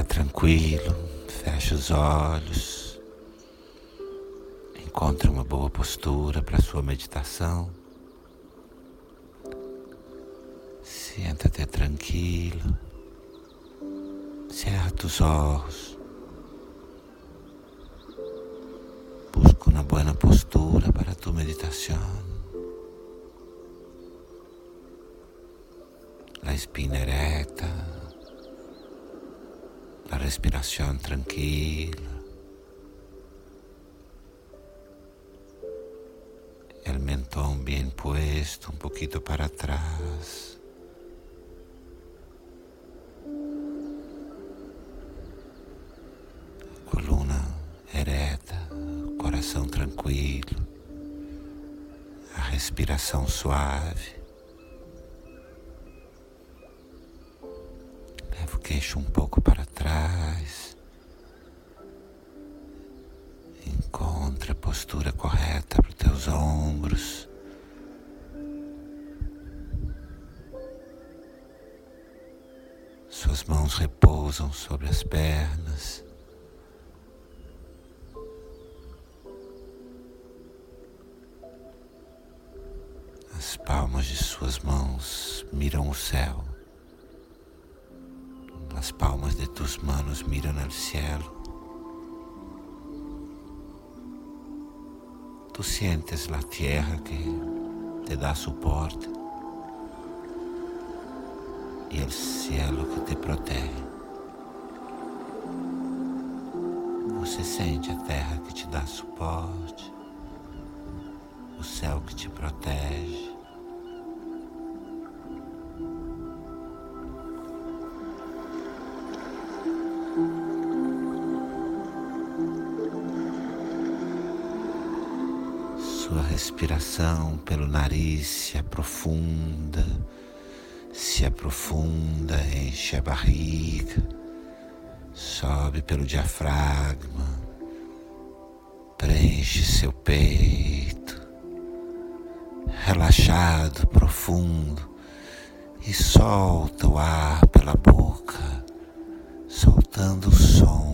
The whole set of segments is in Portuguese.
tranquilo, feche os olhos, encontre uma boa postura para a sua meditação. Senta-te tranquilo, cerra os olhos, busca uma boa postura para tu meditação. La espina erecta, la respiración tranquila, el mentón bien puesto, un poquito para atrás. Coluna ereta, coração tranquilo, a respiração suave. Leva o queixo um pouco para trás. Encontre a postura correta para os teus ombros. Suas mãos repousam sobre as pernas. As palmas de suas mãos miram o céu. Las palmas de tus manos miran al cielo. Tú sientes la tierra que te da soporte y el cielo que te protege. Você sente a terra que te dá suporte, o céu que te protege. Sua respiração pelo nariz se aprofunda, enche a barriga, sobe pelo diafragma, preenche seu peito, relaxado, profundo, e solta o ar pela boca, soltando o som.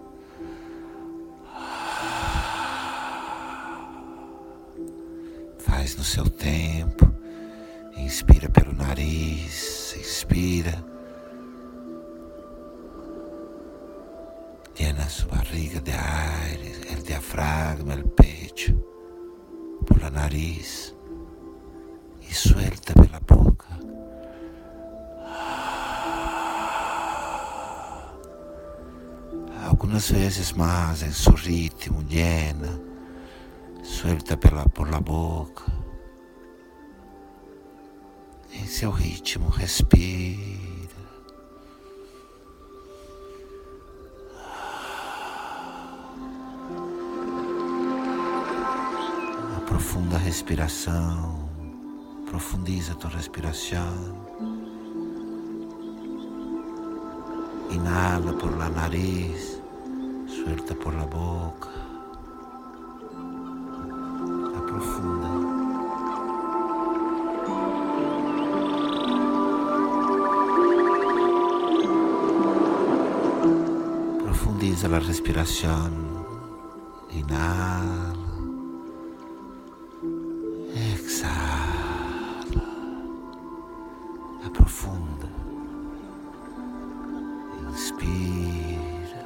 Faz no seu tempo, inspira pelo nariz, expira, llena su barriga de aire, el diafragma, el pecho, por la nariz y suelta pela boca. Algumas vezes mais em seu ritmo, llena, suelta por la boca. Em seu ritmo, respira. Uma profunda respiração. Profundiza tua respiração. Inhala por la nariz, suelta por la boca. Aprofunda. Profundiza la respiración. Inhala. Exhala. Aprofunda. Inspira.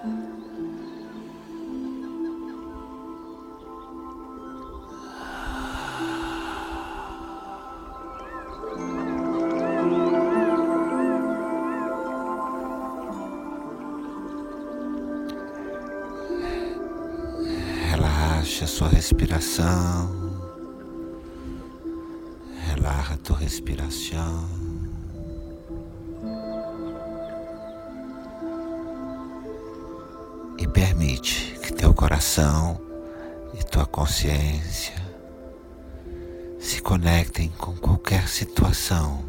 Relaxa sua respiração. Relaxa tua respiração. E permite que teu coração e tua consciência se conectem com qualquer situação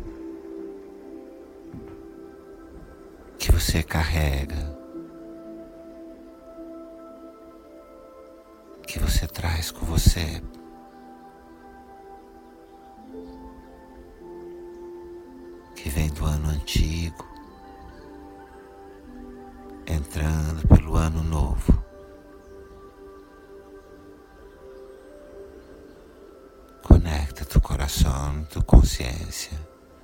que você carrega, que você traz com você. Que vem do ano antigo, entrando pelo ano novo. Conecta tu coração, tu consciência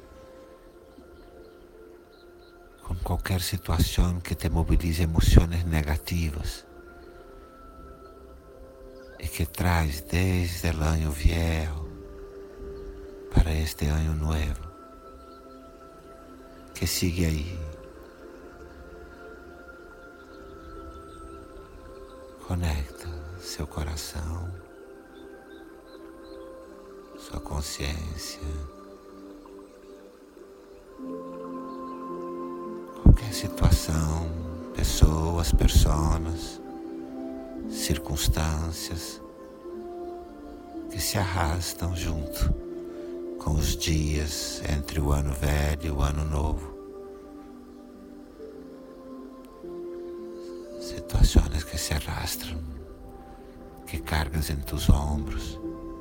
com qualquer situação que te mobilize emoções negativas e que traz desde o ano viejo para este ano novo. Que sigue aí. Conecta seu coração, sua consciência, qualquer situação, pessoas, personas, circunstâncias que se arrastam junto com os dias entre o ano velho e o ano novo. Situações que se arrastram, que cargas em tus ombros.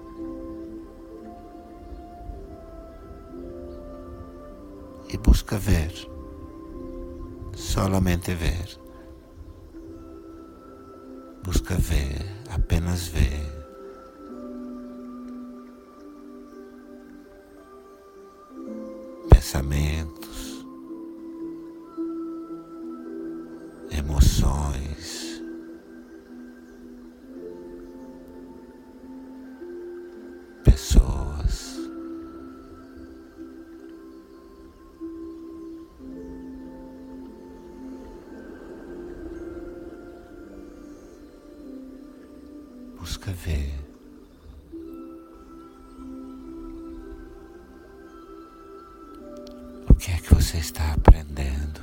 E busca ver, solamente ver. Busca ver, apenas ver. Pensamentos, emoções, pessoas, busca ver. O que é que você está aprendendo?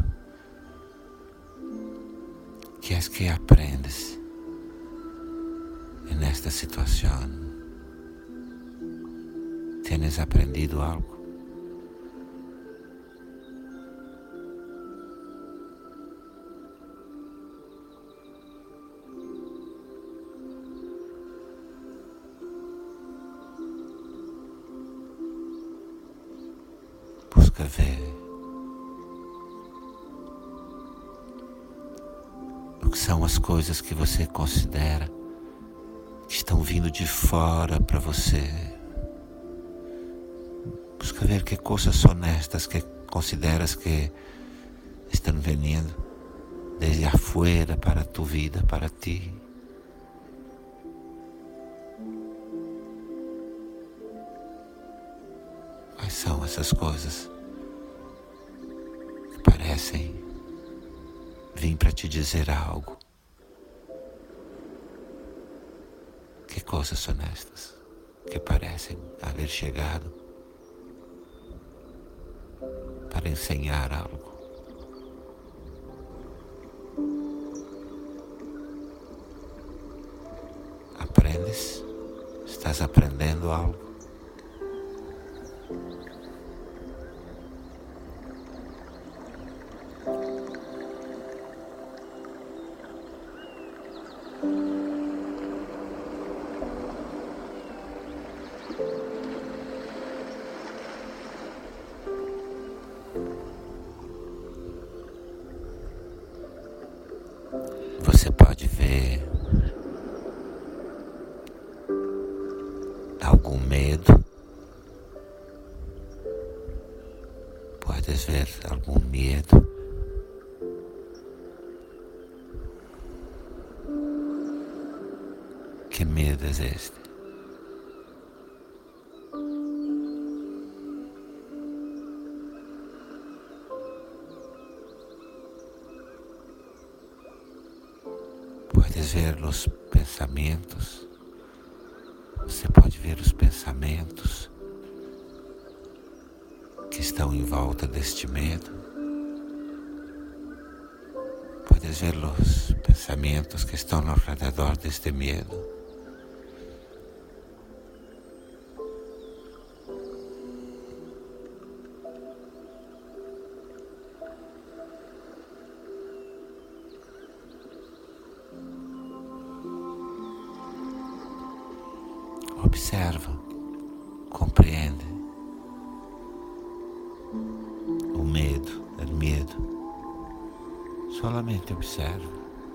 O que é que aprendes nesta situação? ¿Tienes aprendido algo? Busca ver o que são as coisas que você considera que estão vindo de fora para você. Busca ver que coisas são estas que consideras que estão vindo desde afuera para tu vida, para ti. Quais são essas coisas que parecem vir para te dizer algo? Que coisas são estas que parecem haver chegado para ensinar algo? Aprendes? Estás aprendendo algo? Você pode ver algum medo, podes ver algum medo, que medo é este? Puedes ver os pensamentos, você pode ver os pensamentos que estão em volta deste medo. Puedes ver os pensamentos que estão ao redor deste medo. Observa, compreende o medo Solamente observa.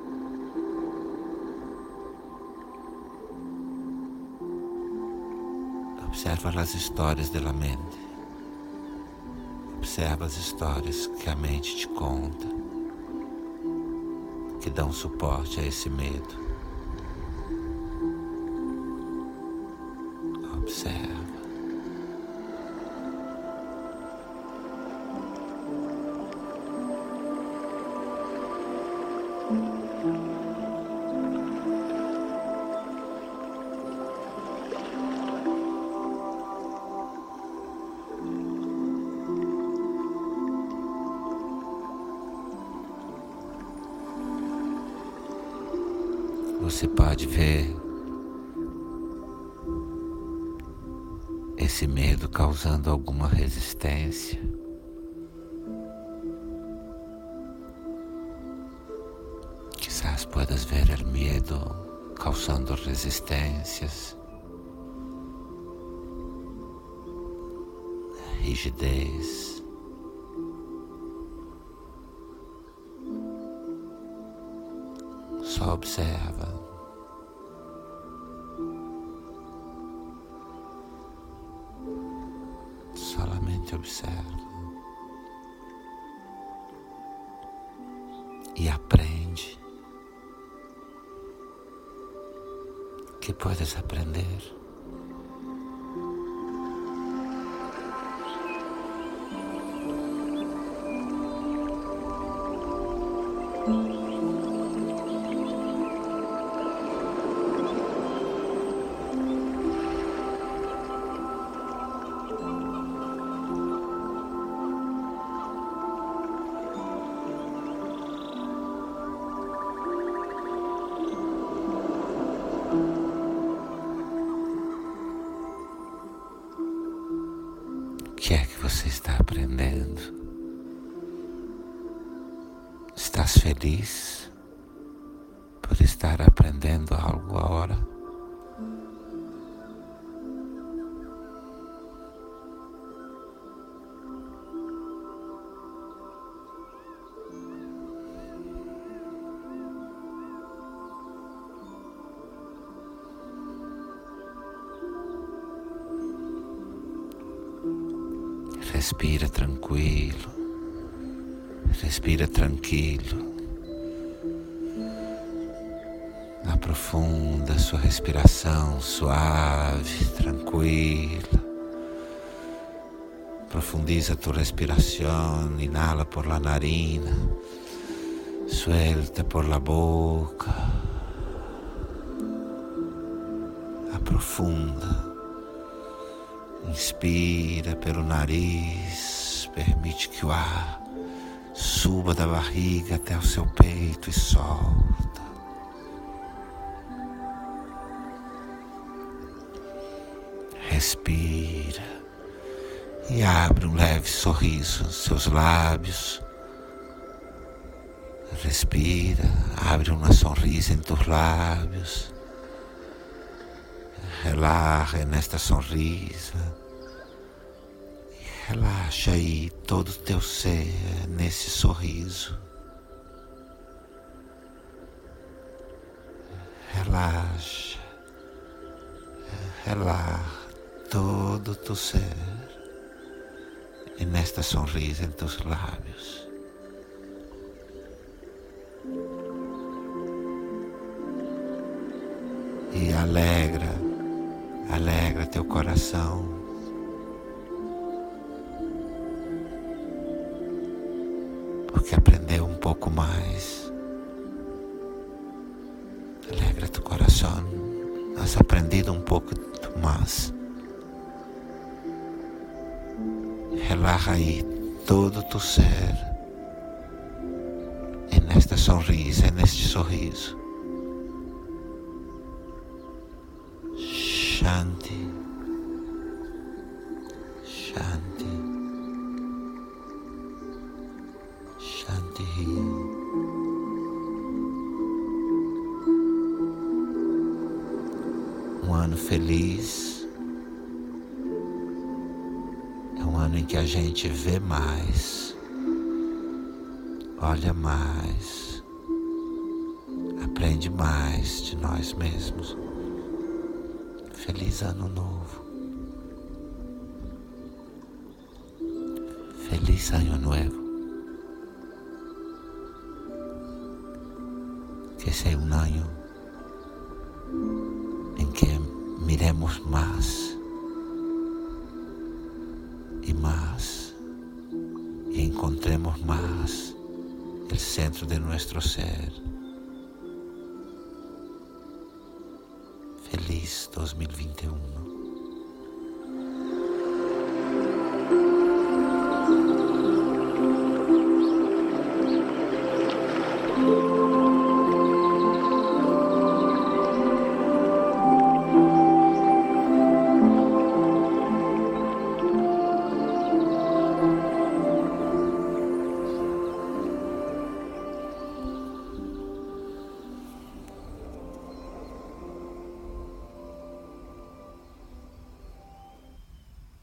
Observa as histórias da mente. Observa as histórias que a mente te conta, que dão suporte a esse medo. Observa. Você pode ver esse medo causando alguma resistência. Quizás puedas ver el miedo causando resistências, rigidez. Só observa. Solamente observa. E aprende. Que puedes aprender. O que é que você está aprendendo? Estás feliz por estar aprendendo algo agora? Respira tranquilo, respira tranquilo. Aprofunda sua respiração suave, tranquila. Profundiza tu respiración, inhala por la narina, suelta por la boca. Aprofunda. Inspira pelo nariz, permite que o ar suba da barriga até o seu peito e solta. Respira e abre um leve sorriso nos seus lábios. Respira, abre uma sonrisa em teus lábios. Relaxa nesta sonrisa. Relaxa aí todo o teu ser nesse sorriso. Relaxa. Relaxa todo o teu ser e nesta sonrisa em teus lábios. E alegra teu coração. Porque aprendeu um pouco mais. Alegra tu coração. Has aprendido um pouco mais. Relaxa aí todo tu ser. E nesta sonrisa, neste sorriso. Shanti, Shanti, Shanti. Um ano feliz é um ano em que a gente vê mais olha mais, aprende mais de nós mesmos. Feliz Ano Novo. Feliz Año Nuevo. Que sea un año en que miremos más y encontremos más el centro de nuestro ser. Feliz 2021.